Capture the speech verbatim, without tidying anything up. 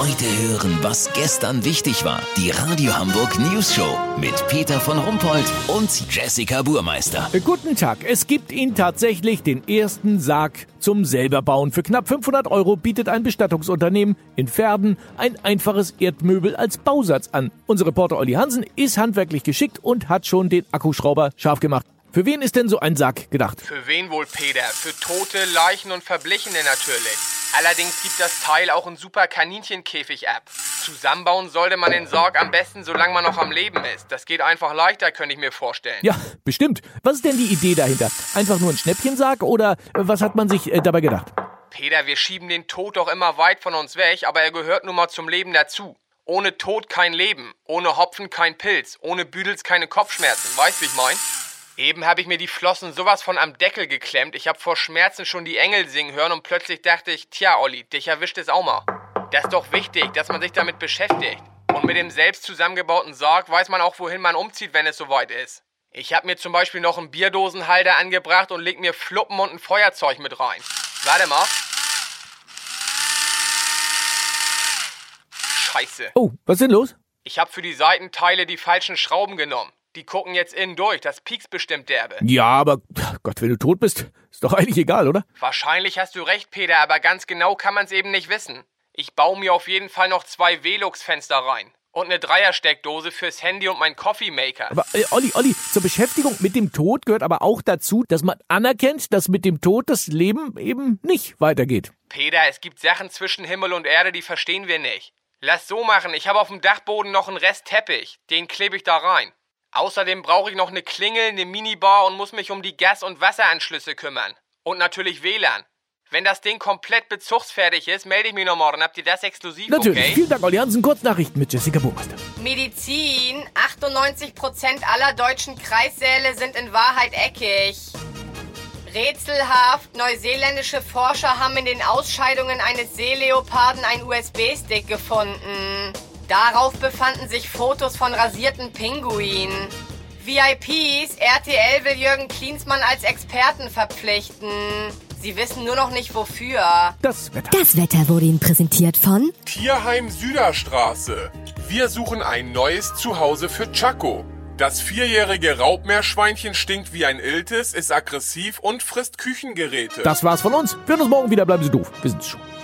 Heute hören, was gestern wichtig war. Die Radio Hamburg News Show mit Peter von Rumpold und Jessica Burmeister. Guten Tag. Es gibt ihn tatsächlich, den ersten Sarg zum selberbauen. Für knapp fünfhundert Euro bietet ein Bestattungsunternehmen in Verden ein einfaches Erdmöbel als Bausatz an. Unser Reporter Olli Hansen ist handwerklich geschickt und hat schon den Akkuschrauber scharf gemacht. Für wen ist denn so ein Sarg gedacht? Für wen wohl, Peter? Für Tote, Leichen und Verblichene natürlich. Allerdings gibt das Teil auch einen super Kaninchenkäfig-App. Zusammenbauen sollte man den Sarg am besten, solange man noch am Leben ist. Das geht einfach leichter, könnte ich mir vorstellen. Ja, bestimmt. Was ist denn die Idee dahinter? Einfach nur ein Schnäppchensarg oder was hat man sich äh, dabei gedacht? Peter, wir schieben den Tod doch immer weit von uns weg, aber er gehört nun mal zum Leben dazu. Ohne Tod kein Leben, ohne Hopfen kein Pilz, ohne Büdels keine Kopfschmerzen. Weißt, wie ich mein? Eben habe ich mir die Flossen sowas von am Deckel geklemmt. Ich habe vor Schmerzen schon die Engel singen hören und plötzlich dachte ich, tja, Olli, dich erwischt es auch mal. Das ist doch wichtig, dass man sich damit beschäftigt. Und mit dem selbst zusammengebauten Sarg weiß man auch, wohin man umzieht, wenn es soweit ist. Ich habe mir zum Beispiel noch einen Bierdosenhalter angebracht und leg mir Fluppen und ein Feuerzeug mit rein. Warte mal. Scheiße. Oh, was ist denn los? Ich habe für die Seitenteile die falschen Schrauben genommen. Die gucken jetzt innen durch, das piekst bestimmt derbe. Ja, aber Gott, wenn du tot bist, ist doch eigentlich egal, oder? Wahrscheinlich hast du recht, Peter, aber ganz genau kann man's eben nicht wissen. Ich baue mir auf jeden Fall noch zwei Velux-Fenster rein. Und eine Dreiersteckdose fürs Handy und mein Coffee-Maker. Aber äh, Olli, Olli, zur Beschäftigung mit dem Tod gehört aber auch dazu, dass man anerkennt, dass mit dem Tod das Leben eben nicht weitergeht. Peter, es gibt Sachen zwischen Himmel und Erde, die verstehen wir nicht. Lass so machen, ich habe auf dem Dachboden noch einen Rest Teppich. Den klebe ich da rein. Außerdem brauche ich noch eine Klingel, eine Minibar und muss mich um die Gas- und Wasseranschlüsse kümmern. Und natürlich W L A N. Wenn das Ding komplett bezugsfertig ist, melde ich mich noch morgen. Habt ihr das exklusiv, Natürlich. Okay? Vielen Dank, Olli Hansen. Kurznachrichten mit Jessica Burmeister. Medizin. achtundneunzig Prozent aller deutschen Kreissäle sind in Wahrheit eckig. Rätselhaft. Neuseeländische Forscher haben in den Ausscheidungen eines Seeleoparden einen U S B-Stick gefunden. Darauf befanden sich Fotos von rasierten Pinguinen. V I Ps, R T L will Jürgen Klinsmann als Experten verpflichten. Sie wissen nur noch nicht wofür. Das Wetter. Das Wetter wurde Ihnen präsentiert von Tierheim Süderstraße. Wir suchen ein neues Zuhause für Chaco. Das vierjährige Raubmeerschweinchen stinkt wie ein Iltis, ist aggressiv und frisst Küchengeräte. Das war's von uns. Wir hören uns morgen wieder. Bleiben Sie doof. Wir sind's schon.